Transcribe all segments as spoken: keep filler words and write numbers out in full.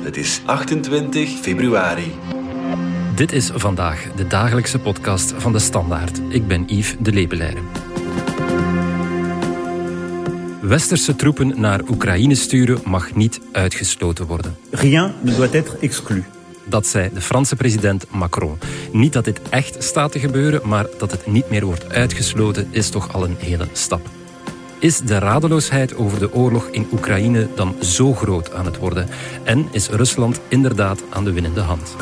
Het is achtentwintig februari. Dit is vandaag de dagelijkse podcast van De Standaard. Ik ben Yves de Lepelaere. Westerse troepen naar Oekraïne sturen mag niet uitgesloten worden. Rien ne doit être exclu. Dat zei de Franse president Macron. Niet dat dit echt staat te gebeuren, maar dat het niet meer wordt uitgesloten is toch al een hele stap. Is de radeloosheid over de oorlog in Oekraïne dan zo groot aan het worden? En is Rusland inderdaad aan de winnende hand?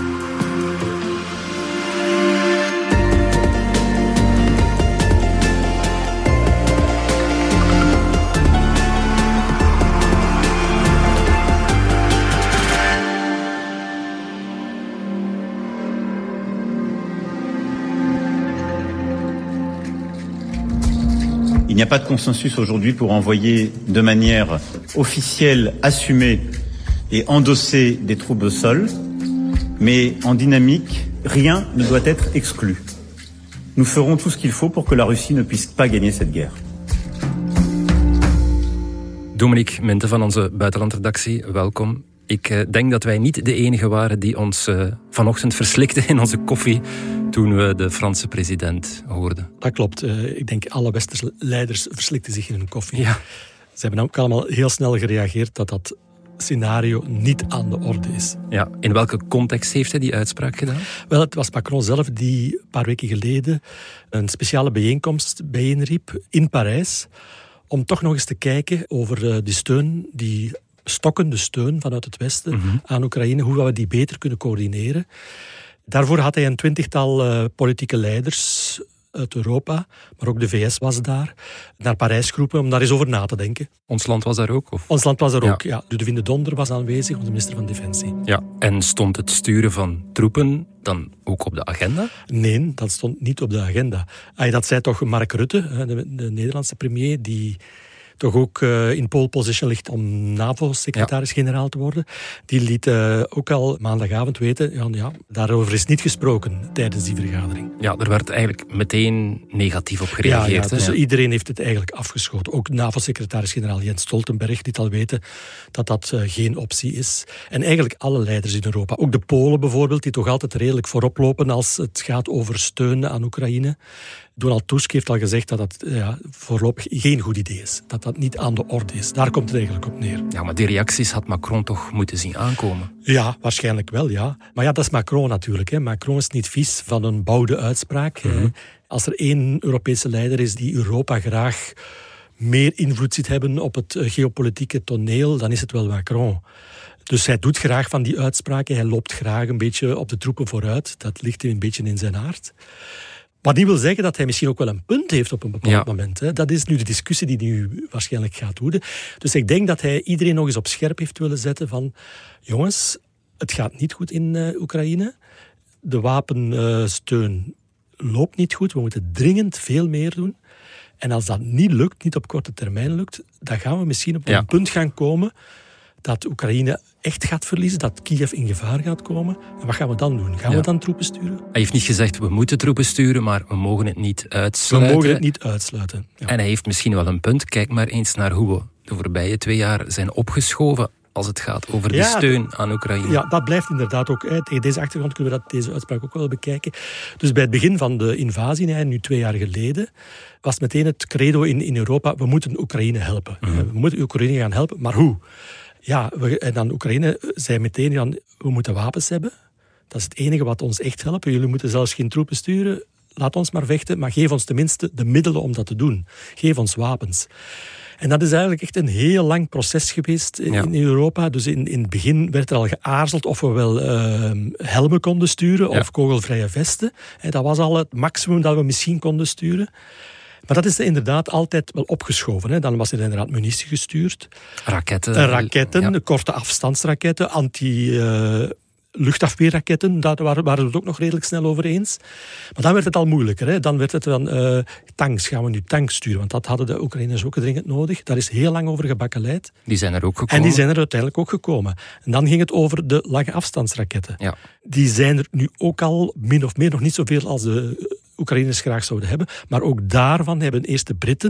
Il n'y a pas de consensus aujourd'hui pour envoyer de manière officielle, assumée et endossée des troupes au sol, mais en dynamique, rien ne doit être exclu. Nous ferons tout ce qu'il faut pour que la Russie ne puisse pas gagner cette guerre. Dominique Minte van onze buitenlandredactie, welkom. Ik uh, denk dat wij niet de enige waren die ons uh, vanochtend verslikten in onze koffie toen we de Franse president hoorden. Dat klopt. Uh, ik denk alle westerse leiders verslikten zich in hun koffie. Ja. Ze hebben ook allemaal heel snel gereageerd dat dat scenario niet aan de orde is. Ja. In welke context heeft hij die uitspraak gedaan? Wel, het was Macron zelf die een paar weken geleden een speciale bijeenkomst bijeenriep in Parijs om toch nog eens te kijken over uh, die steun, die stokkende steun vanuit het Westen mm-hmm. aan Oekraïne, hoe we die beter kunnen coördineren. Daarvoor had hij een twintigtal uh, politieke leiders uit Europa, maar ook de V S was daar, naar Parijs geroepen om daar eens over na te denken. Ons land was daar ook? Of? Ons land was er ja. ook, ja. Ludovine de Donder was aanwezig, onze minister van Defensie. Ja, en stond het sturen van troepen dan ook op de agenda? Nee, dat stond niet op de agenda. Ay, dat zei toch Mark Rutte, de, de Nederlandse premier, die toch ook uh, in pole position ligt om NAVO-secretaris-generaal te worden. Die liet uh, ook al maandagavond weten, ja, ja, daarover is niet gesproken tijdens die vergadering. Ja, er werd eigenlijk meteen negatief op gereageerd. Ja, ja, dus hè? iedereen heeft het eigenlijk afgeschoten. Ook NAVO-secretaris-generaal Jens Stoltenberg liet al weten dat dat uh, geen optie is. En eigenlijk alle leiders in Europa, ook de Polen bijvoorbeeld, die toch altijd redelijk voorop lopen als het gaat over steun aan Oekraïne. Donald Tusk heeft al gezegd dat dat ja, voorlopig geen goed idee is. Dat dat niet aan de orde is. Daar komt het eigenlijk op neer. Ja, maar die reacties had Macron toch moeten zien aankomen? Ja, waarschijnlijk wel, ja. Maar ja, dat is Macron natuurlijk. Hè. Macron is niet vies van een bouwde uitspraak. Mm-hmm. Als er één Europese leider is die Europa graag meer invloed ziet hebben op het geopolitieke toneel, dan is het wel Macron. Dus hij doet graag van die uitspraken. Hij loopt graag een beetje op de troepen vooruit. Dat ligt hem een beetje in zijn aard. Wat niet wil zeggen dat hij misschien ook wel een punt heeft op een bepaald ja. moment. Hè. Dat is nu de discussie die nu waarschijnlijk gaat woeden. Dus ik denk dat hij iedereen nog eens op scherp heeft willen zetten van jongens, het gaat niet goed in uh, Oekraïne. De wapensteun uh, loopt niet goed. We moeten dringend veel meer doen. En als dat niet lukt, niet op korte termijn lukt, dan gaan we misschien op ja. een punt gaan komen dat Oekraïne echt gaat verliezen, dat Kiev in gevaar gaat komen. En wat gaan we dan doen? Gaan ja. we dan troepen sturen? Hij heeft niet gezegd, we moeten troepen sturen, maar we mogen het niet uitsluiten. We mogen het niet uitsluiten. Ja. En hij heeft misschien wel een punt. Kijk maar eens naar hoe we de voorbije twee jaar zijn opgeschoven als het gaat over die ja, steun aan Oekraïne. Ja, dat blijft inderdaad ook uit. Tegen deze achtergrond kunnen we dat, deze uitspraak ook wel bekijken. Dus bij het begin van de invasie, nu twee jaar geleden, was meteen het credo in, in Europa, we moeten Oekraïne helpen. Mm-hmm. We moeten Oekraïne gaan helpen, maar hoe? Ja, we, en dan Oekraïne zei meteen, ja, we moeten wapens hebben. Dat is het enige wat ons echt helpt. Jullie moeten zelfs geen troepen sturen. Laat ons maar vechten, maar geef ons tenminste de middelen om dat te doen. Geef ons wapens. En dat is eigenlijk echt een heel lang proces geweest in, ja. in Europa. Dus in, in het begin werd er al geaarzeld of we wel uh, helmen konden sturen ja. of kogelvrije vesten. En dat was al het maximum dat we misschien konden sturen. Maar dat is inderdaad altijd wel opgeschoven. Hè. Dan was er inderdaad munitie gestuurd. Raketten. Raketten, ja. korte afstandsraketten, anti-luchtafweerraketten. Uh, daar waren, waren we het ook nog redelijk snel over eens. Maar dan werd het al moeilijker. Hè. Dan werd het dan uh, tanks. Gaan we nu tanks sturen? Want dat hadden de Oekraïners ook dringend nodig. Daar is heel lang over gebakkeleid. Die zijn er ook gekomen. En die zijn er uiteindelijk ook gekomen. En dan ging het over de lange afstandsraketten. Ja. Die zijn er nu ook al min of meer nog niet zoveel als de Oekraïners graag zouden hebben. Maar ook daarvan hebben eerst de Britten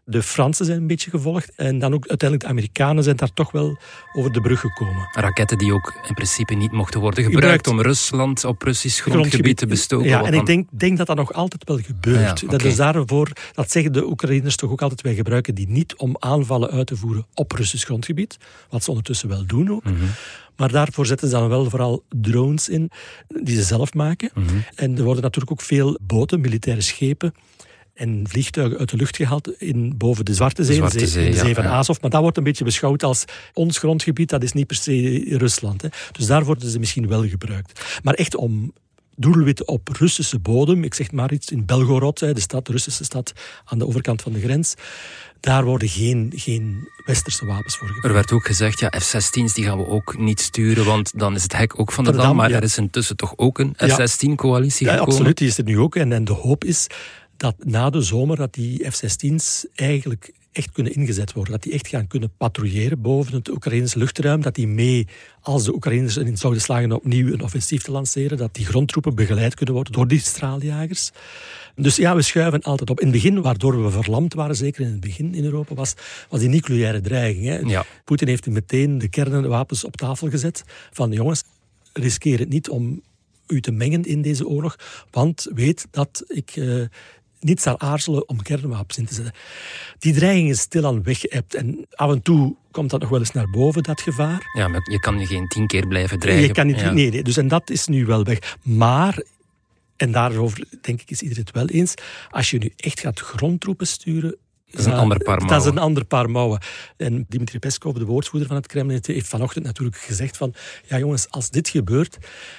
De Fransen zijn een beetje gevolgd. En dan ook uiteindelijk de Amerikanen zijn daar toch wel over de brug gekomen. Raketten die ook in principe niet mochten worden gebruikt, gebruikt. om Rusland op Russisch grondgebied, grondgebied te bestoken. Ja, en ik denk, denk dat dat nog altijd wel gebeurt. Ja, okay. Dat is daarvoor, dat zeggen de Oekraïners toch ook altijd, wij gebruiken die niet om aanvallen uit te voeren op Russisch grondgebied. Wat ze ondertussen wel doen ook. Mm-hmm. Maar daarvoor zetten ze dan wel vooral drones in, die ze zelf maken. Mm-hmm. En er worden natuurlijk ook veel boten, militaire schepen en vliegtuigen uit de lucht gehaald in, boven de Zwarte Zee, de, Zwarte Zee, in de Zee ja, van ja. Azov. Maar dat wordt een beetje beschouwd als ons grondgebied, dat is niet per se Rusland. Hè. Dus daar worden ze misschien wel gebruikt. Maar echt om doelwitten op Russische bodem, ik zeg maar iets, in Belgorod, de stad, de Russische stad aan de overkant van de grens, daar worden geen, geen westerse wapens voor gebruikt. Er werd ook gezegd, ja, F zestien's die gaan we ook niet sturen, want dan is het hek ook van de, van de dam. dam. Maar ja. er is intussen toch ook een F zestien-coalitie ja, gekomen? Ja, absoluut, die is er nu ook. En, en de hoop is dat na de zomer dat die F zestien's eigenlijk echt kunnen ingezet worden. Dat die echt gaan kunnen patrouilleren boven het Oekraïnse luchtruim. Dat die mee, als de Oekraïners erin zouden slagen opnieuw een offensief te lanceren, dat die grondtroepen begeleid kunnen worden door die straaljagers. Dus ja, we schuiven altijd op. In het begin, waardoor we verlamd waren, zeker in het begin in Europa, was, was die nucleaire dreiging. Hè. Ja. Poetin heeft meteen de kernwapens op tafel gezet. Van jongens, riskeer het niet om u te mengen in deze oorlog, want weet dat ik Uh, niet zal aarzelen om kernwapens in te zetten. Die dreiging is stilaan weggeëpt. En af en toe komt dat nog wel eens naar boven, dat gevaar. Ja, maar je kan je geen tien keer blijven dreigen. Je kan niet, ja. nee, nee, dus en dat is nu wel weg. Maar, en daarover denk ik is iedereen het wel eens, als je nu echt gaat grondtroepen sturen, dat is een ander paar mouwen. Dat is een ander paar mouwen. En Dmitri Peskov, de woordvoerder van het Kremlin, heeft vanochtend natuurlijk gezegd van, ja jongens, als dit gebeurt,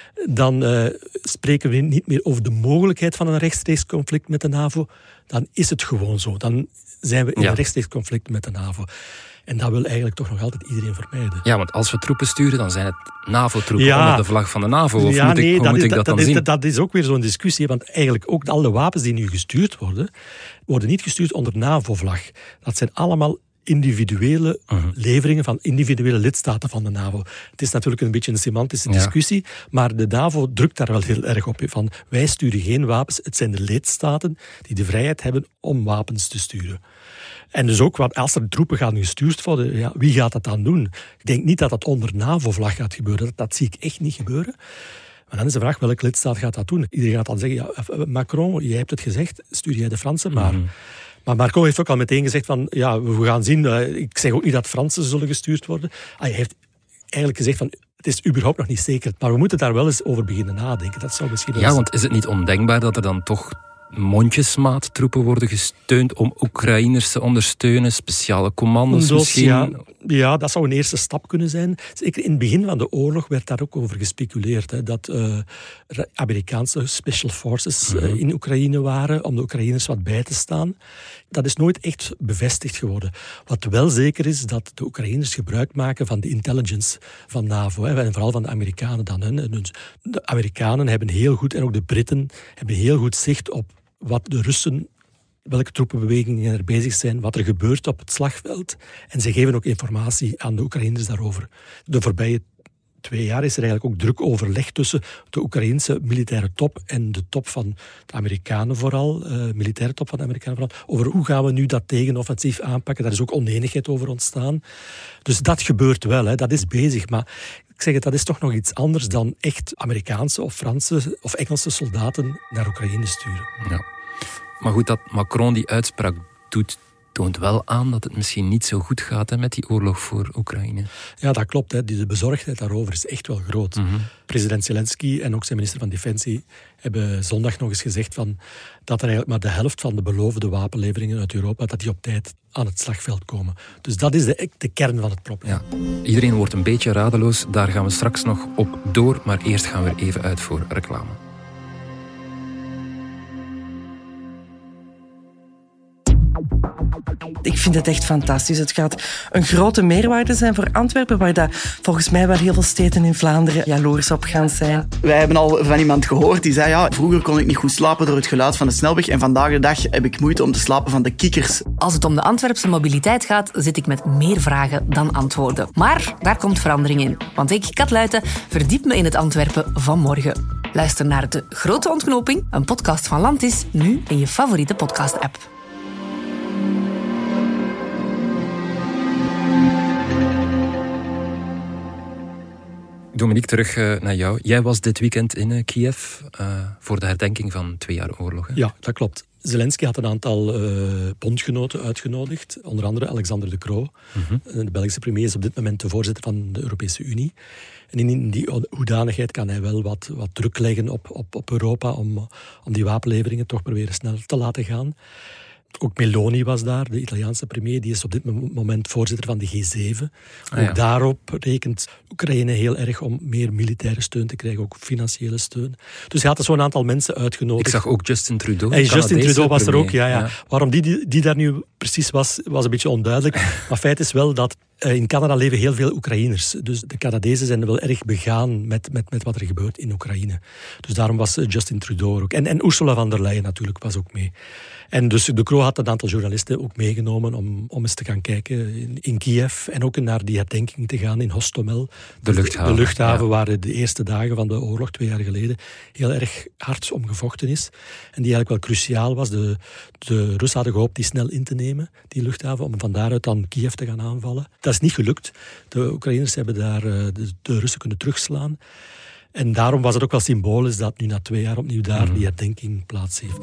dan uh, spreken we niet meer over de mogelijkheid van een rechtstreeks conflict met de NAVO. Dan is het gewoon zo. Dan zijn we in ja. een rechtstreeks conflict met de NAVO. En dat wil eigenlijk toch nog altijd iedereen vermijden. Ja, want als we troepen sturen, dan zijn het NAVO-troepen ja. onder de vlag van de NAVO. Of ja, moet ik, nee, hoe dat moet is, ik dat, dat dan is, zien? Dat, dat is ook weer zo'n discussie. Want eigenlijk ook alle wapens die nu gestuurd worden, worden niet gestuurd onder NAVO-vlag. Dat zijn allemaal individuele uh-huh. leveringen van individuele lidstaten van de NAVO. Het is natuurlijk een beetje een semantische discussie, ja. maar de NAVO drukt daar wel heel erg op. Van, wij sturen geen wapens, het zijn de lidstaten die de vrijheid hebben om wapens te sturen. En dus ook, als er troepen gaan gestuurd worden, ja, wie gaat dat dan doen? Ik denk niet dat dat onder NAVO-vlag gaat gebeuren. Dat, dat zie ik echt niet gebeuren. Maar dan is de vraag, welke lidstaat gaat dat doen? Iedereen gaat dan zeggen, ja, Macron, jij hebt het gezegd, stuur jij de Fransen maar. Mm-hmm. Maar Macron heeft ook al meteen gezegd van, ja, we gaan zien. Uh, ik zeg ook niet dat Fransen zullen gestuurd worden. Hij heeft eigenlijk gezegd van, het is überhaupt nog niet zeker. Maar we moeten daar wel eens over beginnen nadenken. Dat zou misschien wel ja, want is het niet ondenkbaar dat er dan toch mondjesmaat troepen worden gesteund om Oekraïners te ondersteunen, speciale commando's dus, misschien? Ja, ja, dat zou een eerste stap kunnen zijn. Zeker in het begin van de oorlog werd daar ook over gespeculeerd, hè, dat uh, Amerikaanse special forces uh, in Oekraïne waren om de Oekraïners wat bij te staan. Dat is nooit echt bevestigd geworden. Wat wel zeker is, dat de Oekraïners gebruik maken van de intelligence van NAVO, hè, en vooral van de Amerikanen dan. Hè. Dus de Amerikanen hebben heel goed, en ook de Britten, hebben heel goed zicht op wat de Russen, welke troepenbewegingen er bezig zijn, wat er gebeurt op het slagveld. En ze geven ook informatie aan de Oekraïners daarover. De voorbije twee jaar is er eigenlijk ook druk overleg tussen de Oekraïnse militaire top en de top van de Amerikanen vooral, uh, militaire top van de Amerikanen vooral, over hoe gaan we nu dat tegenoffensief aanpakken. Daar is ook onenigheid over ontstaan. Dus dat gebeurt wel, hè. Dat is bezig, maar ik zeg het, dat is toch nog iets anders dan echt Amerikaanse of Franse of Engelse soldaten naar Oekraïne sturen. Ja. Maar goed, dat Macron die uitspraak doet, toont wel aan dat het misschien niet zo goed gaat, hè, met die oorlog voor Oekraïne. Ja, dat klopt. Hè. De bezorgdheid daarover is echt wel groot. Mm-hmm. President Zelensky en ook zijn minister van Defensie hebben zondag nog eens gezegd van dat er eigenlijk maar de helft van de beloofde wapenleveringen uit Europa, dat die op tijd aan het slagveld komen. Dus dat is de, de kern van het probleem. Ja. Iedereen wordt een beetje radeloos. Daar gaan we straks nog op door. Maar eerst gaan we er even uit voor reclame. Ik vind het echt fantastisch. Het gaat een grote meerwaarde zijn voor Antwerpen, waar dat volgens mij wel heel veel steden in Vlaanderen jaloers op gaan zijn. Wij hebben al van iemand gehoord die zei, ja, vroeger kon ik niet goed slapen door het geluid van de snelweg en vandaag de dag heb ik moeite om te slapen van de kikkers. Als het om de Antwerpse mobiliteit gaat, zit ik met meer vragen dan antwoorden. Maar daar komt verandering in. Want ik, Kat Luijten, verdiep me in het Antwerpen van morgen. Luister naar De Grote Ontknoping, een podcast van Landis, nu in je favoriete podcast-app. Dominique, terug uh, naar jou. Jij was dit weekend in uh, Kiev uh, voor de herdenking van twee jaar oorlog. Hè? Ja, dat klopt. Zelensky had een aantal uh, bondgenoten uitgenodigd, onder andere Alexander De Croo. Mm-hmm. De Belgische premier is op dit moment de voorzitter van de Europese Unie. En in die hoedanigheid kan hij wel wat, wat druk leggen op, op, op Europa om, om die wapenleveringen toch proberen snel te laten gaan. Ook Meloni was daar, de Italiaanse premier. Die is op dit moment voorzitter van de G zeven. Ah, ja. Ook daarop rekent Oekraïne heel erg om meer militaire steun te krijgen, ook financiële steun. Dus hij had er zo'n aantal mensen uitgenodigd. Ik zag ook Justin Trudeau. En Justin Trudeau was er ook, ja, ja. ja. Waarom die, die, die daar nu precies was, was een beetje onduidelijk. Maar feit is wel dat uh, in Canada leven heel veel Oekraïners. Dus de Canadezen zijn wel erg begaan met, met, met wat er gebeurt in Oekraïne. Dus daarom was uh, Justin Trudeau er ook. En, en Ursula von der Leyen natuurlijk was ook mee. En dus De Croo had een aantal journalisten ook meegenomen om, om eens te gaan kijken in, in Kiev en ook naar die herdenking te gaan in Hostomel. De luchthaven. De luchthaven ja. waar de eerste dagen van de oorlog, twee jaar geleden, heel erg hard om gevochten is. En die eigenlijk wel cruciaal was. De, de Russen hadden gehoopt die snel in te nemen, die luchthaven, om van daaruit dan Kiev te gaan aanvallen. Dat is niet gelukt. De Oekraïners hebben daar de, de Russen kunnen terugslaan. En daarom was het ook wel symbolisch dat nu na twee jaar opnieuw daar mm. die herdenking plaats heeft.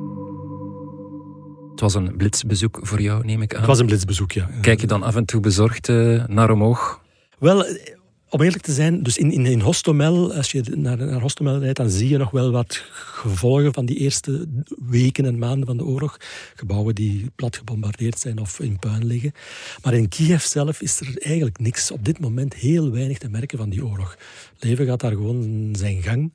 Het was een blitsbezoek voor jou, neem ik aan. Het was een blitsbezoek, ja. Kijk je dan af en toe bezorgd uh, naar omhoog? Wel, om eerlijk te zijn, dus in, in, in Hostomel, als je naar, naar Hostomel rijdt, dan zie je nog wel wat gevolgen van die eerste weken en maanden van de oorlog. Gebouwen die plat gebombardeerd zijn of in puin liggen. Maar in Kiev zelf is er eigenlijk niks. Op dit moment heel weinig te merken van die oorlog. Het leven gaat daar gewoon zijn gang.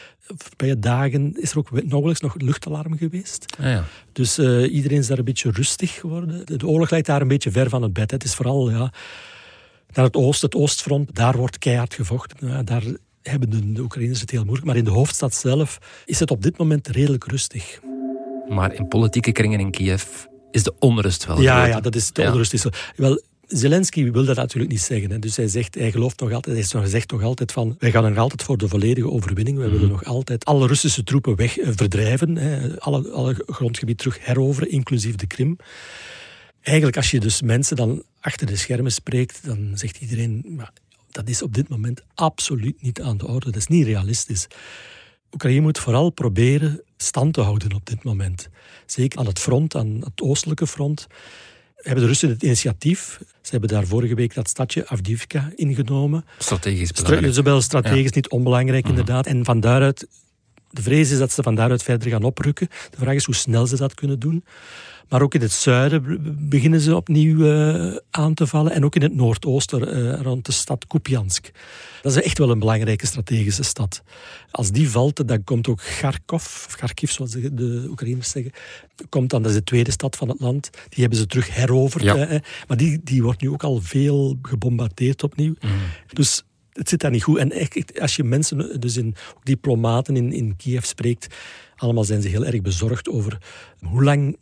Bij dagen is er ook nauwelijks nog luchtalarm geweest. Ah, ja. Dus uh, iedereen is daar een beetje rustig geworden. De, de oorlog lijkt daar een beetje ver van het bed. Het is vooral ja, naar het oosten, het oostfront. Daar wordt keihard gevochten. Ja, daar hebben de, de Oekraïners het heel moeilijk. Maar in de hoofdstad zelf is het op dit moment redelijk rustig. Maar in politieke kringen in Kiev is de onrust wel Ja, groot. ja, dat is, de ja. onrust is wel... Zelensky wil dat natuurlijk niet zeggen. Hè. Dus hij zegt, hij gelooft nog altijd, hij is nog gezegd nog altijd van, wij gaan er altijd voor de volledige overwinning. Wij mm. willen nog altijd alle Russische troepen weg uh, verdrijven, hè. Alle, alle grondgebied terug heroveren, inclusief de Krim. Eigenlijk, als je dus mensen dan achter de schermen spreekt, dan zegt iedereen, maar dat is op dit moment absoluut niet aan de orde. Dat is niet realistisch. Oekraïne moet vooral proberen stand te houden op dit moment. Zeker aan het front, aan het oostelijke front. Hebben de Russen het initiatief. Ze hebben daar vorige week dat stadje Avdiivka ingenomen. Strategisch belangrijk. Zowel strategisch ja. niet onbelangrijk, mm-hmm. inderdaad. En van daaruit, de vrees is dat ze van daaruit verder gaan oprukken. De vraag is hoe snel ze dat kunnen doen. Maar ook in het zuiden beginnen ze opnieuw uh, aan te vallen. En ook in het noordoosten, uh, rond de stad Kupiansk. Dat is echt wel een belangrijke strategische stad. Als die valt, dan komt ook Kharkov, of Kharkiv zoals de, de Oekraïners zeggen, komt dan, dat is de tweede stad van het land. Die hebben ze terug heroverd. Ja. Hè, maar die, die wordt nu ook al veel gebombardeerd opnieuw. Mm. Dus het zit daar niet goed. En echt, als je mensen, dus in, ook diplomaten in, in Kiev spreekt, allemaal zijn ze heel erg bezorgd over hoe lang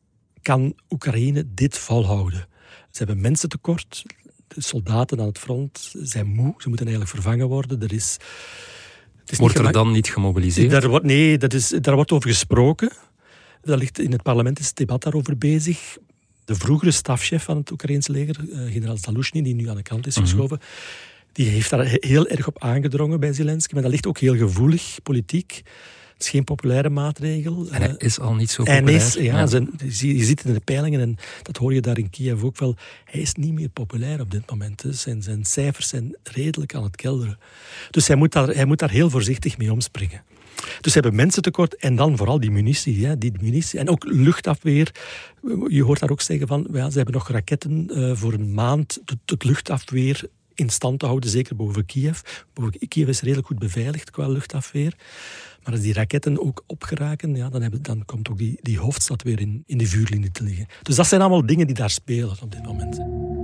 kan Oekraïne dit volhouden. Ze hebben mensentekort. De soldaten aan het front zijn moe. Ze moeten eigenlijk vervangen worden. Er is, het is wordt niet er dan niet gemobiliseerd? Daar wordt, nee, dat is, daar wordt over gesproken. Dat ligt, in het parlement is het debat daarover bezig. De vroegere stafchef van het Oekraïense leger, generaal Zaluzhny, die nu aan de kant is mm-hmm. geschoven, die heeft daar heel erg op aangedrongen bij Zelensky. Maar dat ligt ook heel gevoelig, politiek. Het is geen populaire maatregel. En hij is al niet zo populair. Hij is, ja, ja. Zijn, je ziet in de peilingen, en dat hoor je daar in Kiev ook wel, hij is niet meer populair op dit moment. Dus zijn, zijn cijfers zijn redelijk aan het kelderen. Dus hij moet daar, hij moet daar heel voorzichtig mee omspringen. Dus ze hebben mensentekort en dan vooral die munitie, ja, die munitie. En ook luchtafweer. Je hoort daar ook zeggen van, ja, ze hebben nog raketten uh, voor een maand het, het luchtafweer in stand te houden, zeker boven Kiev. Boven Kiev is redelijk goed beveiligd qua luchtafweer. Maar als die raketten ook opgeraken, ja, dan, hebben, dan komt ook die, die hoofdstad weer in, in de vuurlinie te liggen. Dus dat zijn allemaal dingen die daar spelen op dit moment.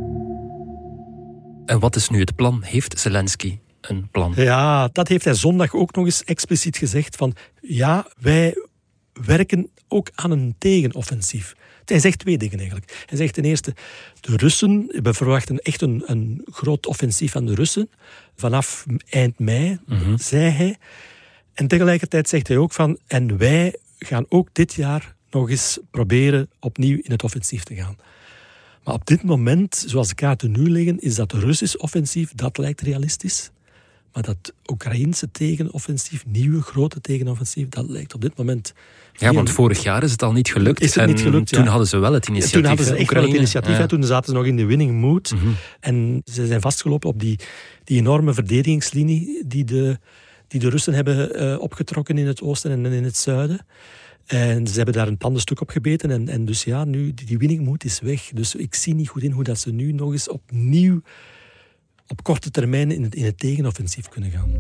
En wat is nu het plan? Heeft Zelensky een plan? Ja, dat heeft hij zondag ook nog eens expliciet gezegd. Van ja, wij werken ook aan een tegenoffensief. Hij zegt twee dingen eigenlijk. Hij zegt ten eerste, de Russen, we verwachten echt een, een groot offensief van de Russen. Vanaf eind mei, mm-hmm. zei hij. En tegelijkertijd zegt hij ook van, en wij gaan ook dit jaar nog eens proberen opnieuw in het offensief te gaan. Maar op dit moment, zoals de kaarten nu liggen, is dat Russisch offensief, dat lijkt realistisch. Maar dat Oekraïense tegenoffensief, nieuwe grote tegenoffensief, dat lijkt op dit moment... Ja, want vorig jaar is het al niet gelukt. Is het niet gelukt, en toen ja. hadden ze wel het initiatief. Toen hadden ze echt wel het initiatief. Ja. Ja. Toen zaten ze nog in de winning mood. Mm-hmm. En ze zijn vastgelopen op die, die enorme verdedigingslinie die de, die de Russen hebben uh, opgetrokken in het oosten en in het zuiden. En ze hebben daar een tandenstuk op gebeten. En, en dus ja, nu, die, die winning mood is weg. Dus ik zie niet goed in hoe dat ze nu nog eens opnieuw op korte termijn in het, in het tegenoffensief kunnen gaan.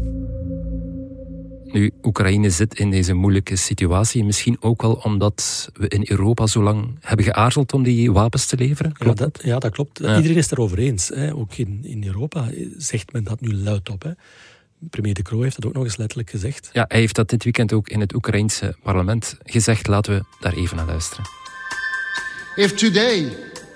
Nu, Oekraïne zit in deze moeilijke situatie. Misschien ook wel omdat we in Europa zo lang hebben geaarzeld om die wapens te leveren. Klopt ja, dat? Ja, dat klopt. Ja. Iedereen is het erover eens. Hè. Ook in, in Europa zegt men dat nu luidop. Hè. Premier De Croo heeft dat ook nog eens letterlijk gezegd. Ja, hij heeft dat dit weekend ook in het Oekraïense parlement gezegd. Laten we daar even naar luisteren. If today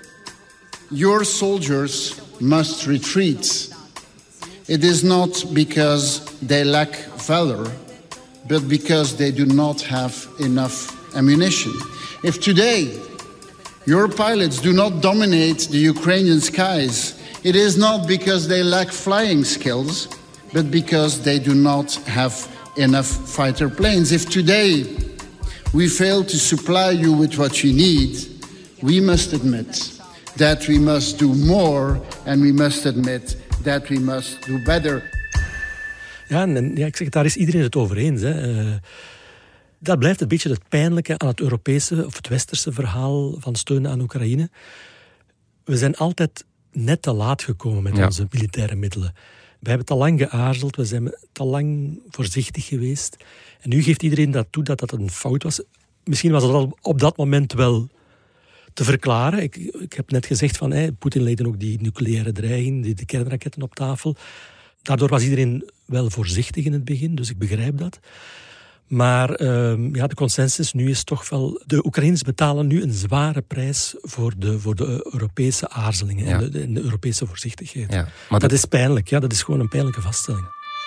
your soldiers must retreat, it is not because they lack valor, but because they do not have enough ammunition. If today your pilots do not dominate the Ukrainian skies, it is not because they lack flying skills, but because they do not have enough fighter planes. If today we fail to supply you with what you need, we must admit that we must do more, and we must admit that we must do better. Ja, en ja, ik zeg, daar is iedereen het over eens. Hè. Uh, dat blijft een beetje het pijnlijke aan het Europese of het Westerse verhaal van steun aan Oekraïne. We zijn altijd net te laat gekomen met ja. onze militaire middelen. We hebben te lang geaarzeld, we zijn te lang voorzichtig geweest. En nu geeft iedereen dat toe dat dat een fout was. Misschien was het al op dat moment wel te verklaren. Ik, ik heb net gezegd van, hey, Poetin legde ook die nucleaire dreiging, die, de kernraketten op tafel. Daardoor was iedereen wel voorzichtig in het begin, dus ik begrijp dat. Maar uh, ja, de consensus nu is toch wel... De Oekraïners betalen nu een zware prijs voor de, voor de Europese aarzelingen ja. en, de, en de Europese voorzichtigheid. Ja, maar dat, dat is pijnlijk, ja, dat is gewoon een pijnlijke vaststelling.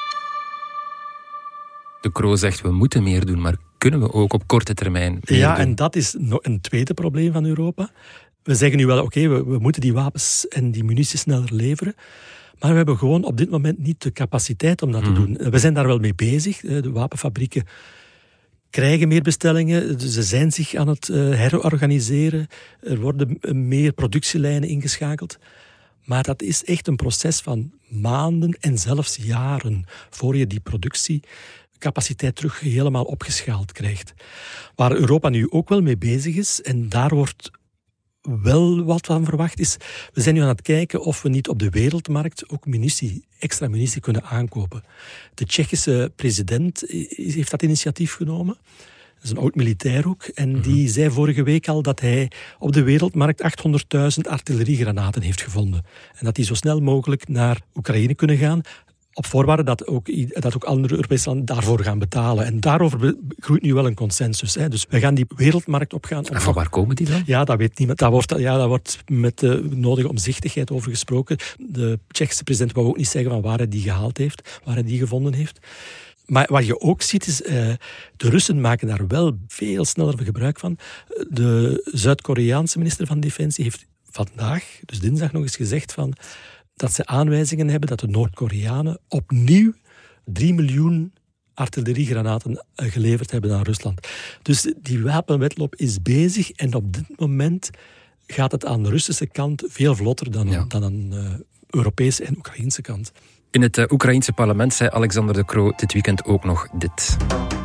De Croo zegt, we moeten meer doen, maar kunnen we ook op korte termijn meer Ja, doen? En dat is nog een tweede probleem van Europa. We zeggen nu wel, oké, okay, we, we moeten die wapens en die munitie sneller leveren. Maar we hebben gewoon op dit moment niet de capaciteit om dat te doen. We zijn daar wel mee bezig. De wapenfabrieken krijgen meer bestellingen. Ze zijn zich aan het herorganiseren. Er worden meer productielijnen ingeschakeld. Maar dat is echt een proces van maanden en zelfs jaren voor je die productiecapaciteit terug helemaal opgeschaald krijgt. Waar Europa nu ook wel mee bezig is, en daar wordt wel wat van verwacht is, we zijn nu aan het kijken of we niet op de wereldmarkt ook munitie, extra munitie kunnen aankopen. De Tsjechische president heeft dat initiatief genomen. Dat is een oud-militair ook. En mm-hmm. die zei vorige week al dat hij op de wereldmarkt achthonderdduizend artilleriegranaten heeft gevonden. En dat die zo snel mogelijk naar Oekraïne kunnen gaan, op voorwaarde dat ook, dat ook andere Europese landen daarvoor gaan betalen. En daarover groeit nu wel een consensus. Hè. Dus we gaan die wereldmarkt opgaan. En van waar komen die dan? Ja, dat weet niemand. Daar wordt, ja, daar wordt met de nodige omzichtigheid over gesproken. De Tsjechische president wou ook niet zeggen van waar hij die gehaald heeft, waar hij die gevonden heeft. Maar wat je ook ziet is, uh, de Russen maken daar wel veel sneller gebruik van. De Zuid-Koreaanse minister van Defensie heeft vandaag, dus dinsdag, nog eens gezegd van dat ze aanwijzingen hebben dat de Noord-Koreanen opnieuw drie miljoen artilleriegranaten geleverd hebben aan Rusland. Dus die wapenwedloop is bezig en op dit moment gaat het aan de Russische kant veel vlotter dan, ja. dan aan de Europese en Oekraïnse kant. In het uh, Oekraïense parlement zei Alexander De Croo dit weekend ook nog dit.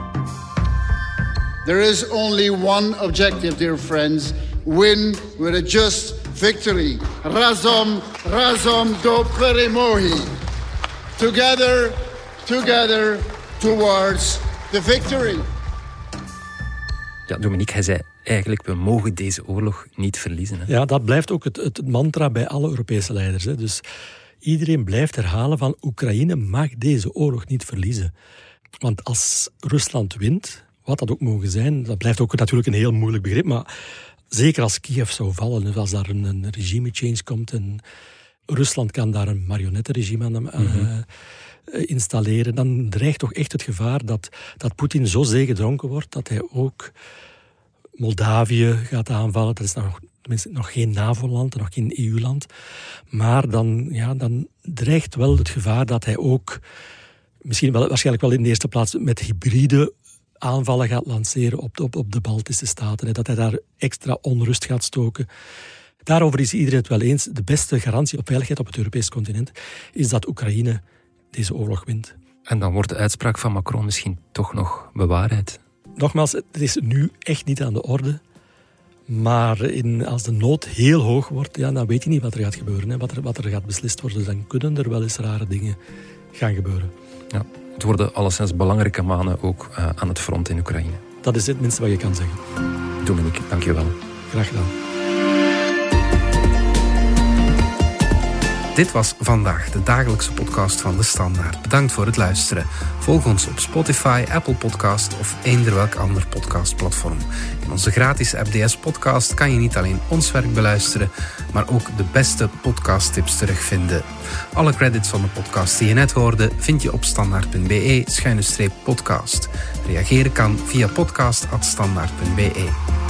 There is only one objective, dear friends. Win with a just victory. Razom, razom do peremoghi. Together, together towards the victory. Ja, Dominique, hij zei eigenlijk, we mogen deze oorlog niet verliezen. Hè? Ja, dat blijft ook het, het mantra bij alle Europese leiders. Hè. Dus iedereen blijft herhalen van Oekraïne mag deze oorlog niet verliezen. Want als Rusland wint, wat dat ook mogen zijn, dat blijft ook natuurlijk een heel moeilijk begrip, maar zeker als Kiev zou vallen, als daar een, een regime-change komt en Rusland kan daar een marionettenregime aan mm-hmm. uh, installeren, dan dreigt toch echt het gevaar dat, dat Poetin zo zegedronken wordt dat hij ook Moldavië gaat aanvallen. Dat is nog, tenminste nog geen NAVO-land, nog geen E U-land. Maar dan, ja, dan dreigt wel het gevaar dat hij ook misschien wel, waarschijnlijk wel in de eerste plaats met hybride aanvallen gaat lanceren op de, op, op de Baltische Staten. Hè, dat hij daar extra onrust gaat stoken. Daarover is iedereen het wel eens. De beste garantie op veiligheid op het Europees continent is dat Oekraïne deze oorlog wint. En dan wordt de uitspraak van Macron misschien toch nog bewaarheid. Nogmaals, het is nu echt niet aan de orde. Maar in, als de nood heel hoog wordt, ja, dan weet je niet wat er gaat gebeuren. Hè. Wat, er, wat er gaat beslist worden, dan kunnen er wel eens rare dingen gaan gebeuren. Ja, het worden alleszins belangrijke maanden ook uh, aan het front in Oekraïne. Dat is het minste wat je kan zeggen. Dominique, dank je wel. Graag gedaan. Dit was Vandaag, de dagelijkse podcast van De Standaard. Bedankt voor het luisteren. Volg ons op Spotify, Apple Podcast of eender welk ander podcastplatform. In onze gratis F D S-podcast kan je niet alleen ons werk beluisteren, maar ook de beste podcasttips terugvinden. Alle credits van de podcast die je net hoorde vind je op standaard.be schuine streep podcast. Reageren kan via podcast apenstaartje standaard punt be.